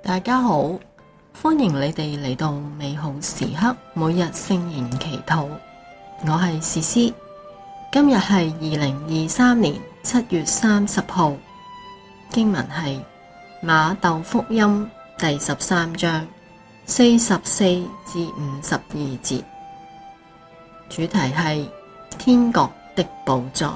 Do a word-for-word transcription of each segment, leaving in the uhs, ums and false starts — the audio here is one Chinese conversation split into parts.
大家好，歡迎你哋嚟到美好時刻每日聖言祈禱。我係詩詩，今日係二零二三年七月三十號，經文係馬竇福音第十三章四十四至五十二節，主題係天國的寶藏。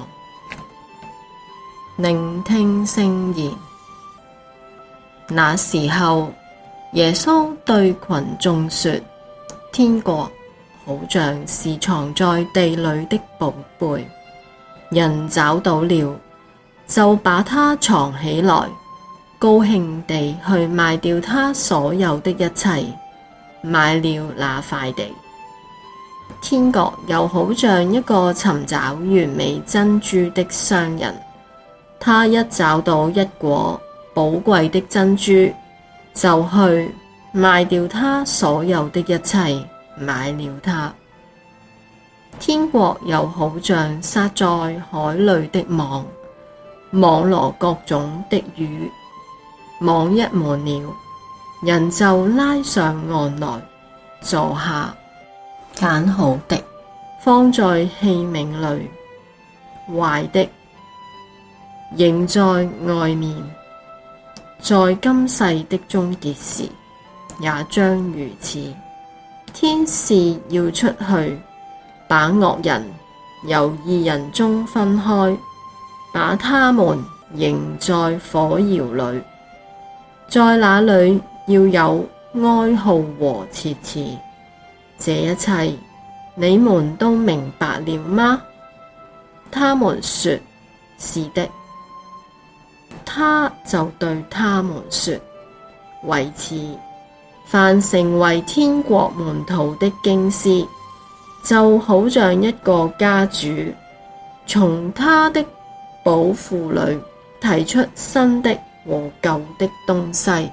聆聽聖言。那時候，耶穌對群眾說：天國好像是藏在地裏的寶貝，人找到了，就把它藏起來，高興地去賣掉他所有的一切，買了那塊地。天國又好像一個尋找完美珍珠的商人，他一找到一顆寶貴的珍珠，就去賣掉他所有的一切，買了它。天國又好像撒在海裏的網，網羅各種的魚，網一滿了，人就拉上岸來，坐下，揀好的放在器皿裏，壞的扔在外面。在今世的終結時，也將如此。天使要出去，把惡人由義人中分開，把他們扔在火窯裏，在那裏要有哀號和切齒。這一切你們都明白了嗎？他們說：是的。他就對他們說：為此，凡成為天國門徒的經師，就好像一個家主，從他的寶庫裏提出新的和舊的東西。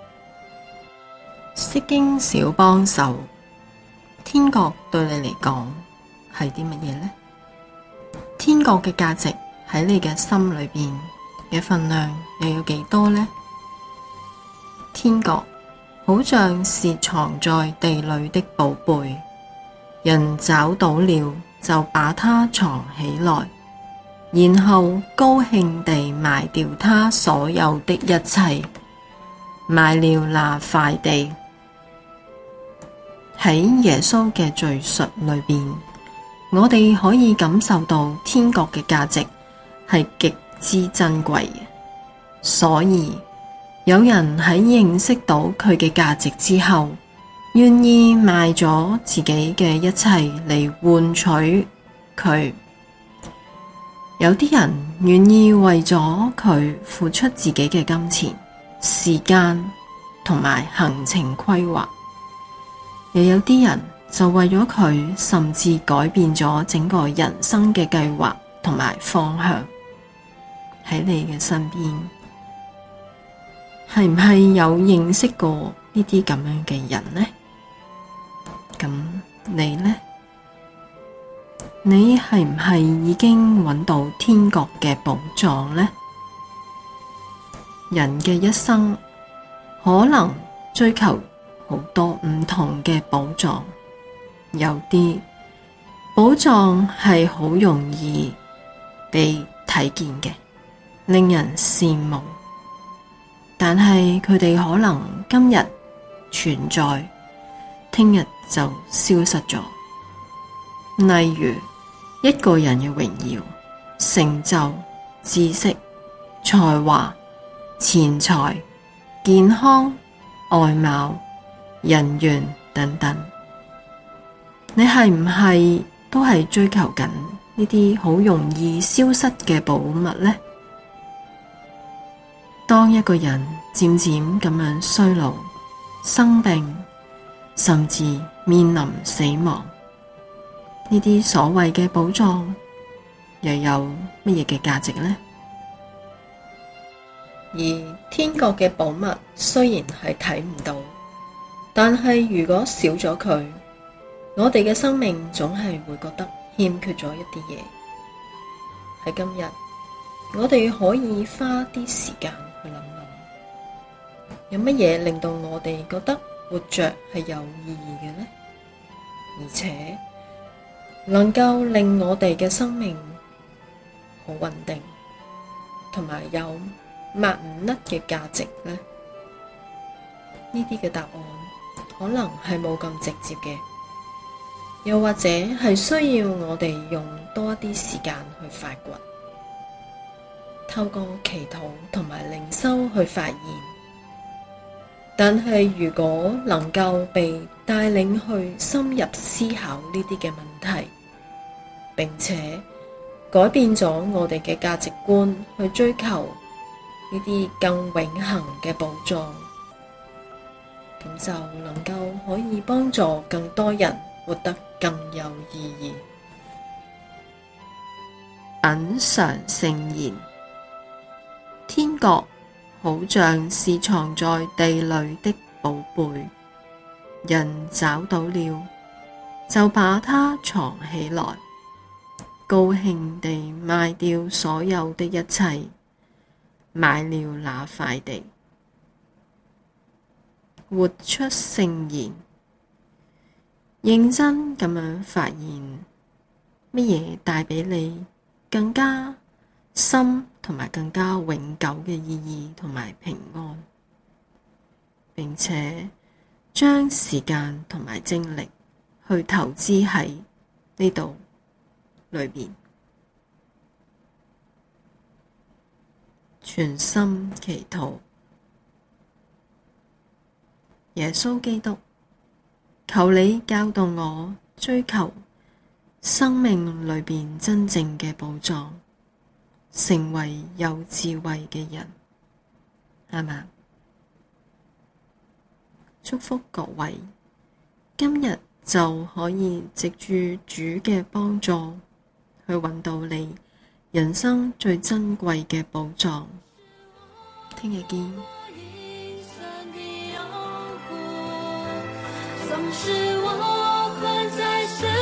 釋經小幫手，天國對你嚟講係啲乜嘢呢？天國嘅價值喺你嘅心裏邊嘅份量又有幾多呢？天國好像是藏在地裏的寶貝，人找到了就把它藏起來，然後高興地賣掉他所有的一切，買了那塊地。喺耶穌嘅敘述裏邊，我哋可以感受到天國嘅價值係極之珍貴嘅，所以有人喺認識到佢嘅價值之後，願意賣咗自己嘅一切嚟換取佢。有啲人願意為咗佢付出自己嘅金錢、時間同埋行程規劃，又有啲人就為咗佢甚至改變咗整個人生嘅計劃同埋方向。喺你嘅身邊，係唔係有認識過呢啲咁樣嘅人呢？咁你呢？你係唔係已經揾到天國嘅寶藏呢？人嘅一生可能追求好多唔同嘅寶藏，有啲寶藏係好容易被睇見嘅，令人羨慕，但係佢哋可能今日存在，聽日就消失咗。例如一個人嘅榮耀、成就、知識、才華、錢財、健康、外貌、人緣等等，你係唔係都係追求緊呢啲好容易消失嘅寶物呢？當一個人漸漸咁樣衰老、生病，甚至面臨死亡，呢啲所謂嘅寶藏又有乜嘢嘅價值呢？而天國嘅寶物雖然係睇唔到，但係如果少咗佢，我哋嘅生命總係會覺得欠缺咗一啲嘢。喺今日，我哋可以花啲時間去諗諗， 有乜嘢令到我哋覺得活着係有意義嘅呢？而且能夠令我哋嘅生命好穩定，同埋有抹唔甩嘅價值呢？呢啲嘅答案可能係冇咁直接嘅，又或者係需要我哋用多一啲時間去發掘，透過祈禱同埋靈修去發現。但係如果能夠被帶領去深入思考呢啲嘅問題，並且改變咗我哋嘅價值觀，去追求呢啲更永恆嘅寶藏，咁就能夠可以幫助更多人活得更有意義。品嚐聖言，天國好像是藏在地裏的寶貝，人找到了，就把它藏起來，高興地賣掉所有的一切，買了那塊地。活出聖言，認真咁樣發現乜嘢帶畀你更加深同埋更加永久嘅意義同埋平安，並且將時間同埋精力去投資喺呢度裏面。全心祈禱，耶穌基督，求你教導我追求生命裏面真正嘅寶藏，成為有智慧嘅人，係嘛？祝福各位，今日就可以藉住主嘅幫助，去揾到你人生最珍貴嘅寶藏。聽日見。 總是我困在深